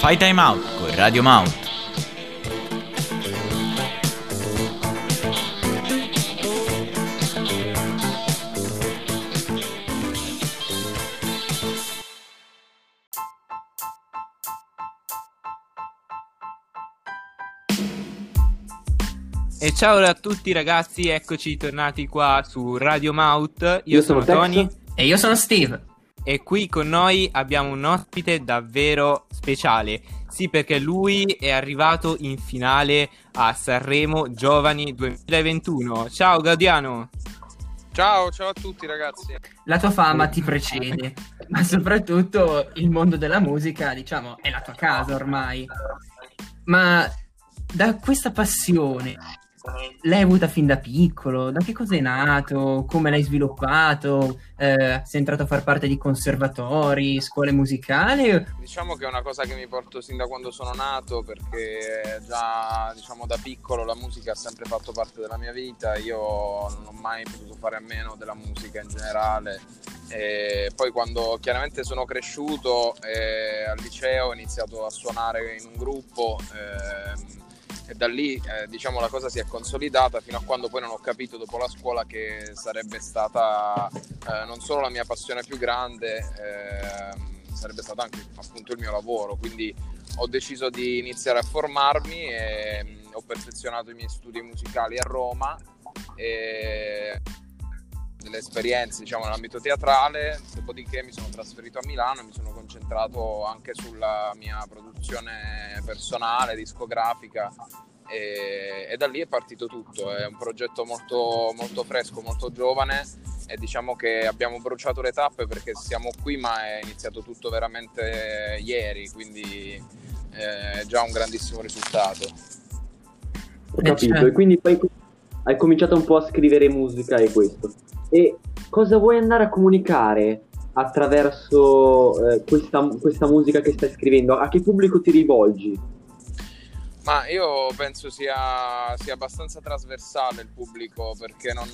Fai Time Out con Radio Mount. E ciao a tutti ragazzi, eccoci tornati qua su Radio Mount. Io sono Tony e io sono Steve. E qui con noi abbiamo un ospite davvero speciale. Sì, perché lui è arrivato in finale a Sanremo Giovani 2021. Ciao Gaudiano. Ciao a tutti ragazzi. La tua fama ti precede, ma soprattutto il mondo della musica, diciamo, è la tua casa ormai. Ma da questa passione l'hai avuta fin da piccolo? Da che cosa è nato? Come l'hai sviluppato? Sei entrato a far parte di conservatori, scuole musicali? Diciamo che è una cosa che mi porto sin da quando sono nato, perché già da piccolo la musica ha sempre fatto parte della mia vita. Io non ho mai potuto fare a meno della musica in generale. E poi quando chiaramente sono cresciuto al liceo ho iniziato a suonare in un gruppo e da lì la cosa si è consolidata fino a quando poi non ho capito dopo la scuola che sarebbe stata non solo la mia passione più grande, sarebbe stato anche appunto il mio lavoro. Quindi ho deciso di iniziare a formarmi e ho perfezionato i miei studi musicali a Roma e delle esperienze nell'ambito teatrale. Dopodiché mi sono trasferito a Milano e mi sono concentrato anche sulla mia produzione personale, discografica, e da lì è partito tutto. È un progetto molto, molto fresco, molto giovane, e diciamo che abbiamo bruciato le tappe perché siamo qui, ma è iniziato tutto veramente ieri, quindi è già un grandissimo risultato. Ho capito, e quindi poi hai cominciato un po' a scrivere musica e questo. E cosa vuoi andare a comunicare attraverso questa musica che stai scrivendo? A che pubblico ti rivolgi? Ma io penso sia abbastanza trasversale il pubblico, perché non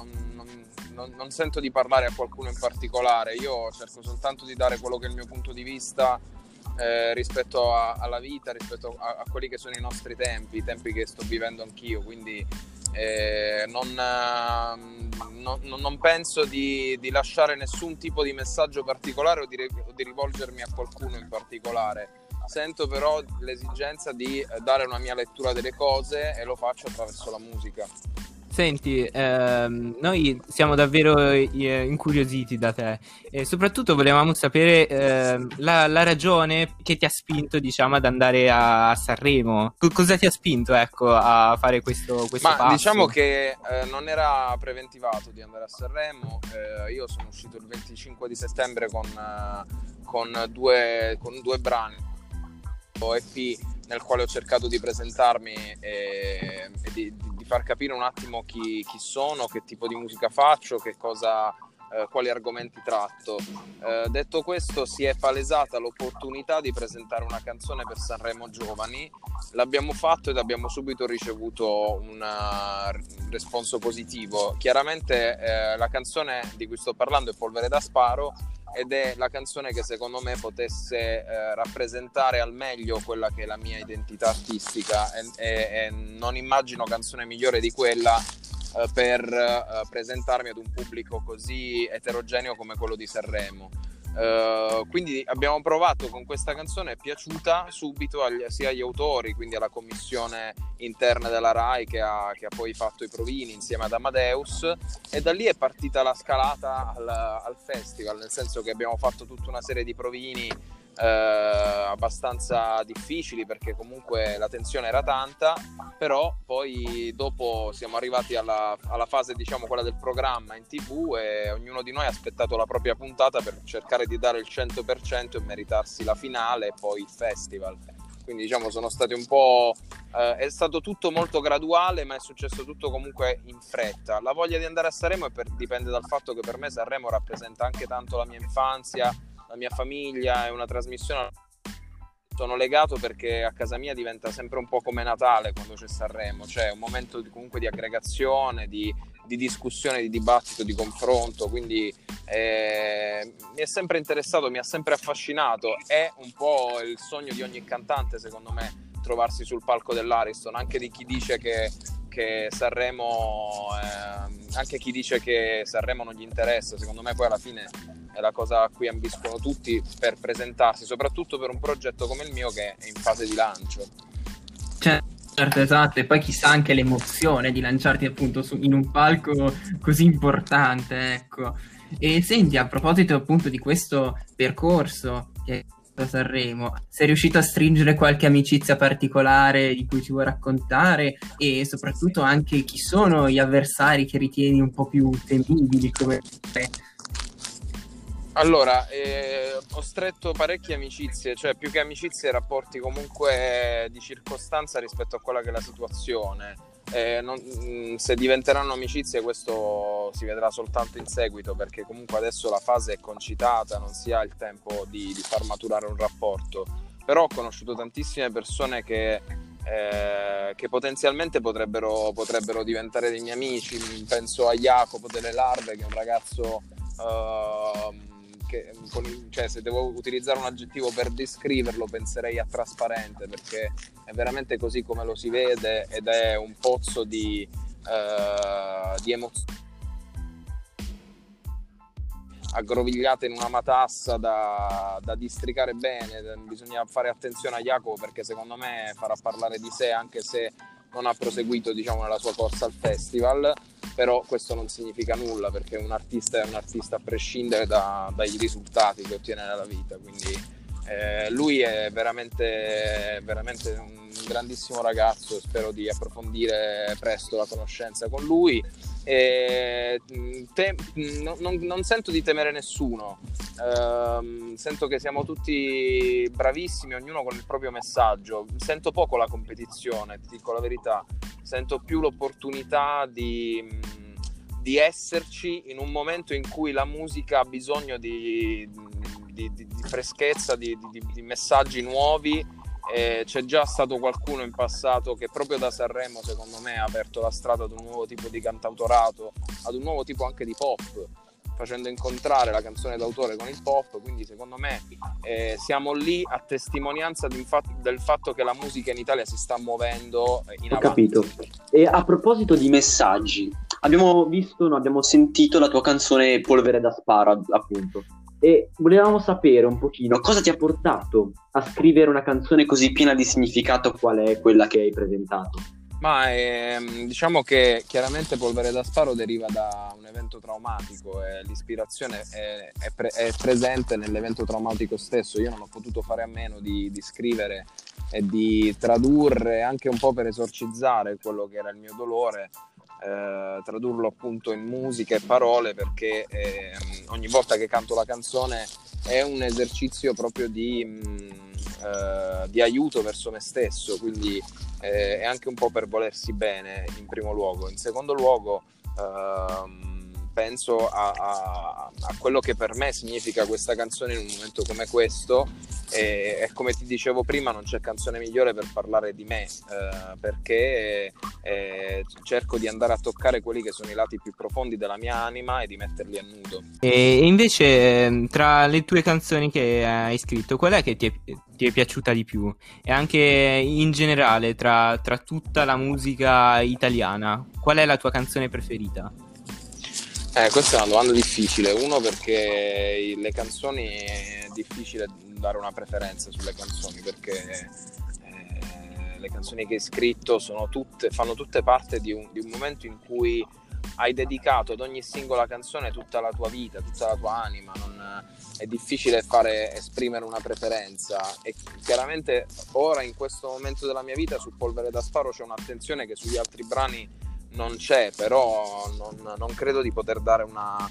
sento di parlare a qualcuno in particolare. Io cerco soltanto di dare quello che è il mio punto di vista rispetto alla vita, rispetto a quelli che sono i nostri tempi, i tempi che sto vivendo anch'io. Quindi non penso di lasciare nessun tipo di messaggio particolare o di rivolgermi a qualcuno in particolare. Sento però l'esigenza di dare una mia lettura delle cose e lo faccio attraverso la musica. Senti, noi siamo davvero incuriositi da te e soprattutto volevamo sapere la ragione che ti ha spinto, ad andare a Sanremo. Cosa ti ha spinto, a fare questo passo? Diciamo che non era preventivato di andare a Sanremo. Io sono uscito il 25 di settembre con due brani EP, nel quale ho cercato di presentarmi e di far capire un attimo chi sono, che tipo di musica faccio, quali argomenti tratto. Detto questo, si è palesata l'opportunità di presentare una canzone per Sanremo Giovani. L'abbiamo fatto ed abbiamo subito ricevuto un responso positivo. Chiaramente la canzone di cui sto parlando è Polvere da Sparo, ed è la canzone che secondo me potesse rappresentare al meglio quella che è la mia identità artistica, e non immagino canzone migliore di quella per presentarmi ad un pubblico così eterogeneo come quello di Sanremo. Quindi abbiamo provato con questa canzone, è piaciuta subito sia agli autori, quindi alla commissione interna della Rai che ha poi fatto i provini insieme ad Amadeus, e da lì è partita la scalata al festival, nel senso che abbiamo fatto tutta una serie di provini abbastanza difficili, perché comunque la tensione era tanta, però poi dopo siamo arrivati alla fase quella del programma in TV, e ognuno di noi ha aspettato la propria puntata per cercare di dare il 100% e meritarsi la finale e poi il festival. Quindi sono stati un po' è stato tutto molto graduale, ma è successo tutto comunque in fretta. La voglia di andare a Sanremo dipende dal fatto che per me Sanremo rappresenta anche tanto la mia infanzia, la mia famiglia, è una trasmissione sono legato perché a casa mia diventa sempre un po' come Natale quando c'è Sanremo, cioè un momento comunque di aggregazione, di discussione, di dibattito, di confronto, quindi mi è sempre interessato, mi ha sempre affascinato, è un po' il sogno di ogni cantante secondo me trovarsi sul palco dell'Ariston, anche di chi dice che Sanremo anche chi dice che Sanremo non gli interessa, secondo me poi alla fine è la cosa a cui ambiscono tutti per presentarsi, soprattutto per un progetto come il mio che è in fase di lancio. Certo, esatto, e poi chissà anche l'emozione di lanciarti appunto in un palco così importante, ecco. E senti, a proposito appunto di questo percorso che è a Sanremo, sei riuscito a stringere qualche amicizia particolare di cui ci vuoi raccontare, e soprattutto anche chi sono gli avversari che ritieni un po' più temibili come te? Allora, ho stretto parecchie amicizie, cioè più che amicizie rapporti comunque di circostanza rispetto a quella che è la situazione. Se diventeranno amicizie questo si vedrà soltanto in seguito, perché comunque adesso la fase è concitata, non si ha il tempo di far maturare un rapporto. Però ho conosciuto tantissime persone che potenzialmente potrebbero diventare dei miei amici. Penso a Jacopo delle Larve, che è un ragazzo cioè, se devo utilizzare un aggettivo per descriverlo penserei a trasparente, perché è veramente così come lo si vede ed è un pozzo di emozioni aggrovigliate in una matassa da districare bene. Bisogna fare attenzione a Jacopo, perché secondo me farà parlare di sé, anche se non ha proseguito, diciamo, nella sua corsa al festival. Però questo non significa nulla, perché un artista è un artista a prescindere dai risultati che ottiene nella vita. Quindi lui è veramente un grandissimo ragazzo, spero di approfondire presto la conoscenza con lui. Non sento di temere nessuno, sento che siamo tutti bravissimi, ognuno con il proprio messaggio. Sento poco la competizione, ti dico la verità, sento più l'opportunità di esserci in un momento in cui la musica ha bisogno di freschezza, di messaggi nuovi. C'è già stato qualcuno in passato che proprio da Sanremo secondo me ha aperto la strada ad un nuovo tipo di cantautorato, ad un nuovo tipo anche di pop, facendo incontrare la canzone d'autore con il pop. Quindi secondo me siamo lì a testimonianza del fatto che la musica in Italia si sta muovendo in avanti. Ho capito. E a proposito di messaggi, abbiamo sentito la tua canzone Polvere da sparo, appunto, e volevamo sapere un pochino cosa ti ha portato a scrivere una canzone così piena di significato qual è quella che hai presentato. Ma diciamo che chiaramente Polvere da sparo deriva da un evento traumatico e l'ispirazione è presente nell'evento traumatico stesso. Io non ho potuto fare a meno di scrivere e di tradurre, anche un po' per esorcizzare quello che era il mio dolore, tradurlo appunto in musica e parole, perché ogni volta che canto la canzone è un esercizio proprio di aiuto verso me stesso, quindi è anche un po' per volersi bene in primo luogo. In secondo luogo penso a quello che per me significa questa canzone in un momento come questo, e come ti dicevo prima non c'è canzone migliore per parlare di me, perché cerco di andare a toccare quelli che sono i lati più profondi della mia anima e di metterli a nudo. E invece tra le tue canzoni che hai scritto, qual è che ti è piaciuta di più? E anche in generale tra tutta la musica italiana, qual è la tua canzone preferita? Questa è una domanda difficile. Uno, perché le canzoni è difficile dare una preferenza sulle canzoni, perché le canzoni che hai scritto fanno tutte parte di un momento in cui hai dedicato ad ogni singola canzone tutta la tua vita, tutta la tua anima. È difficile esprimere una preferenza, e chiaramente ora in questo momento della mia vita su Polvere da sparo c'è un'attenzione che sugli altri brani non c'è, però non credo di poter dare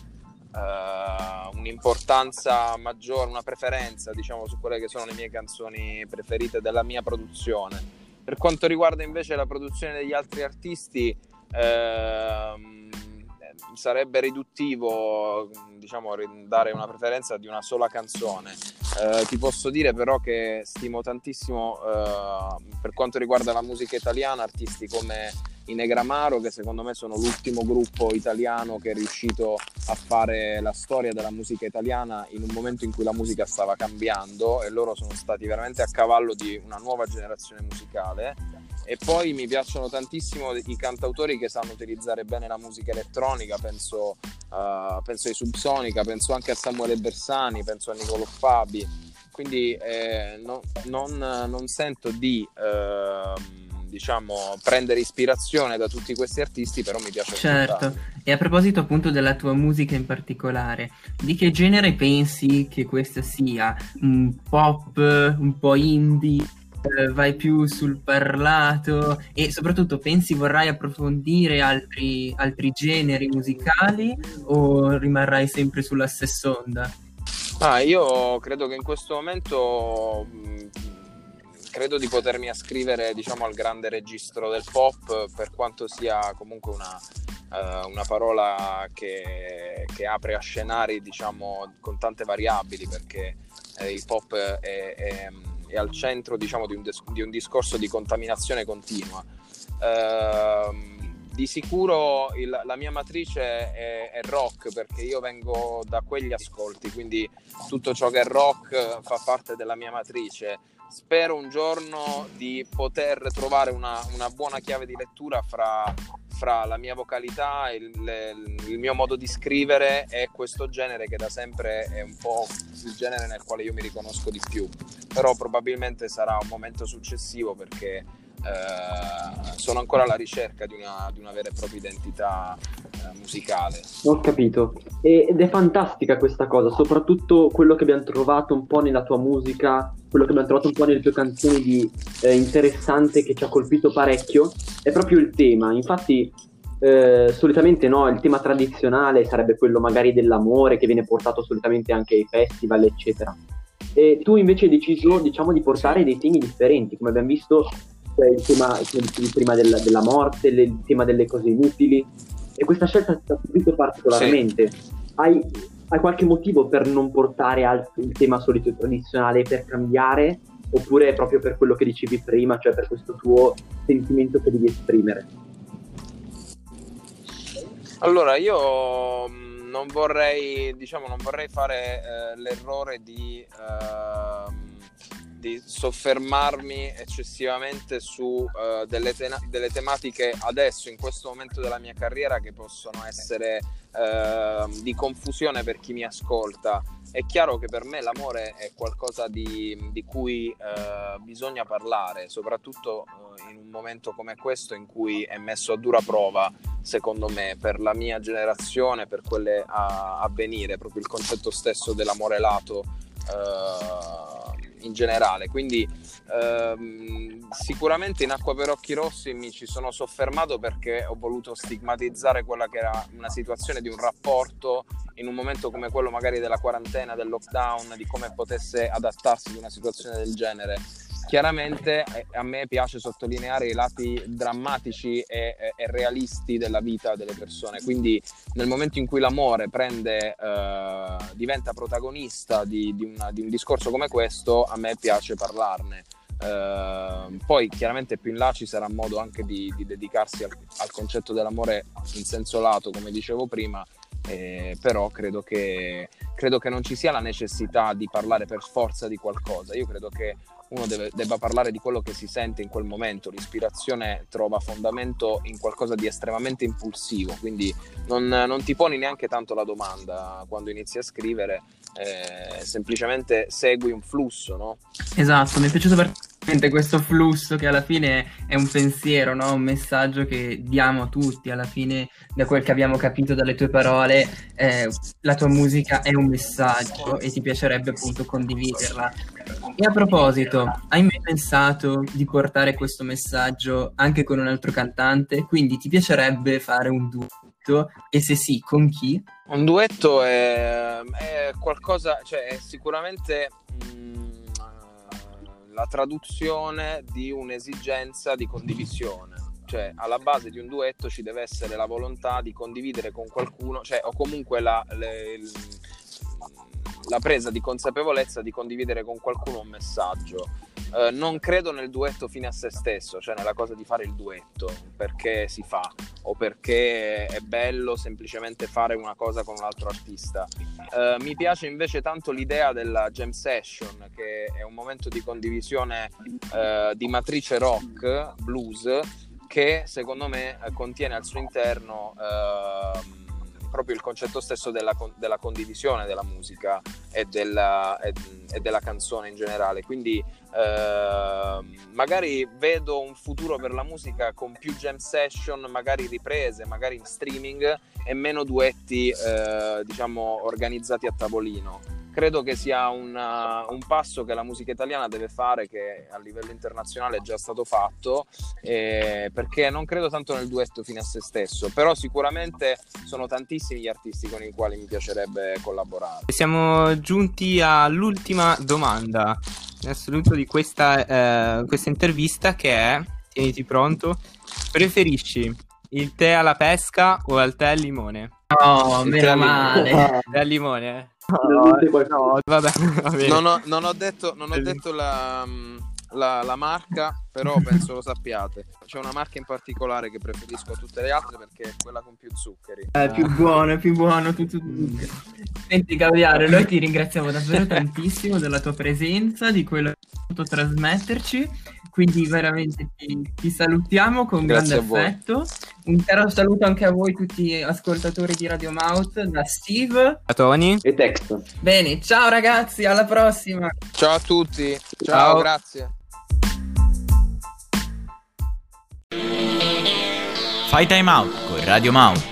un'importanza maggiore, una preferenza, diciamo, su quelle che sono le mie canzoni preferite della mia produzione. Per quanto riguarda invece la produzione degli altri artisti, sarebbe riduttivo, diciamo, dare una preferenza di una sola canzone. Ti posso dire però che stimo tantissimo, per quanto riguarda la musica italiana, artisti come i Negramaro, che secondo me sono l'ultimo gruppo italiano che è riuscito a fare la storia della musica italiana in un momento in cui la musica stava cambiando, e loro sono stati veramente a cavallo di una nuova generazione musicale. E poi mi piacciono tantissimo i cantautori che sanno utilizzare bene la musica elettronica, penso ai Subsonica, penso anche a Samuele Bersani, penso a Nicolò Fabi, quindi non sento di diciamo prendere ispirazione da tutti questi artisti, però mi piace Certo, ascoltarli. e a proposito appunto della tua musica in particolare, di che genere pensi che questa sia? Un pop, un po' indie, vai più sul parlato, e soprattutto pensi vorrai approfondire altri generi musicali o rimarrai sempre sulla stessa onda? Io credo che in questo momento credo di potermi ascrivere, diciamo, al grande registro del pop, per quanto sia comunque una parola che apre a scenari, diciamo, con tante variabili, perché il pop è al centro, diciamo, di un discorso di contaminazione continua. Di sicuro la mia matrice è rock, perché io vengo da quegli ascolti, quindi tutto ciò che è rock fa parte della mia matrice. Spero un giorno di poter trovare una buona chiave di lettura fra la mia vocalità, il mio modo di scrivere e questo genere che da sempre è un po' il genere nel quale io mi riconosco di più. Però probabilmente sarà un momento successivo, perché sono ancora alla ricerca di una vera e propria identità musicale. Ho capito. Ed è fantastica questa cosa, soprattutto quello che abbiamo trovato un po' nella tua musica, quello che abbiamo trovato un po' nelle tue canzoni di interessante, che ci ha colpito parecchio, è proprio il tema. Infatti solitamente no, il tema tradizionale sarebbe quello magari dell'amore, che viene portato solitamente anche ai festival, eccetera. E tu invece hai deciso, diciamo, di portare dei temi differenti, come abbiamo visto, il tema, come dicevi prima, della morte, il tema delle cose inutili, e questa scelta ti ha colpito particolarmente. Sì. Hai qualche motivo per non portare il tema solito e tradizionale, per cambiare, oppure è proprio per quello che dicevi prima, cioè per questo tuo sentimento che devi esprimere? Allora, io non vorrei fare l'errore di soffermarmi eccessivamente su delle tematiche adesso, in questo momento della mia carriera, che possono essere di confusione per chi mi ascolta. È chiaro che per me l'amore è qualcosa di cui bisogna parlare, soprattutto in un momento come questo, in cui è messo a dura prova, secondo me, per la mia generazione, per quelle a venire, proprio il concetto stesso dell'amore lato in generale. Quindi sicuramente in Acqua per occhi rossi mi ci sono soffermato perché ho voluto stigmatizzare quella che era una situazione di un rapporto in un momento come quello magari della quarantena, del lockdown, di come potesse adattarsi ad una situazione del genere. Chiaramente a me piace sottolineare i lati drammatici e realisti della vita delle persone, quindi nel momento in cui l'amore diventa protagonista di un discorso come questo, a me piace parlarne. Poi chiaramente più in là ci sarà modo anche di dedicarsi al concetto dell'amore in senso lato, come dicevo prima, però credo che non ci sia la necessità di parlare per forza di qualcosa. Io credo che uno debba parlare di quello che si sente in quel momento. L'ispirazione trova fondamento in qualcosa di estremamente impulsivo, quindi non ti poni neanche tanto la domanda quando inizi a scrivere, semplicemente segui un flusso, no? Esatto, mi è piaciuto perfettamente questo flusso, che alla fine è un pensiero, no? Un messaggio che diamo a tutti. Alla fine, da quel che abbiamo capito dalle tue parole, la tua musica è un messaggio e ti piacerebbe appunto condividerla. E a proposito, hai mai pensato di portare questo messaggio anche con un altro cantante? Quindi ti piacerebbe fare un duetto? E se sì, con chi? Un duetto è qualcosa, cioè è sicuramente la traduzione di un'esigenza di condivisione. cioè alla base di un duetto ci deve essere la volontà di condividere con qualcuno, cioè o comunque la presa di consapevolezza di condividere con qualcuno un messaggio. Non credo nel duetto fine a se stesso, cioè nella cosa di fare il duetto perché si fa o perché è bello semplicemente fare una cosa con un altro artista. Mi piace invece tanto l'idea della jam session, che è un momento di condivisione di matrice rock, blues, che secondo me contiene al suo interno proprio il concetto stesso della condivisione della musica e della canzone in generale. Quindi magari vedo un futuro per la musica con più jam session, magari riprese, magari in streaming, e meno duetti diciamo organizzati a tavolino. Credo che sia un passo che la musica italiana deve fare, che a livello internazionale è già stato fatto, perché non credo tanto nel duetto fine a se stesso, però sicuramente sono tantissimi gli artisti con i quali mi piacerebbe collaborare. Siamo giunti all'ultima domanda in assoluto di questa intervista, che è, tieniti pronto, preferisci il tè alla pesca o al tè al limone? No, meno male. Tè al limone? No, vabbè, va bene. Non ho detto la marca, però penso lo sappiate. C'è una marca in particolare che preferisco a tutte le altre perché è quella con più zuccheri. È più buono tutto. Senti Gaudiano, noi ti ringraziamo davvero tantissimo della tua presenza, di quello che hai potuto trasmetterci, quindi veramente ti salutiamo con Grazie grande affetto. Un caro saluto anche a voi tutti ascoltatori di Radio Mouth, da Steve, A Tony. E Tex. bene, ciao ragazzi, alla prossima. Ciao a tutti, ciao. Ciao. Grazie. Fai time out con Radio Mouth.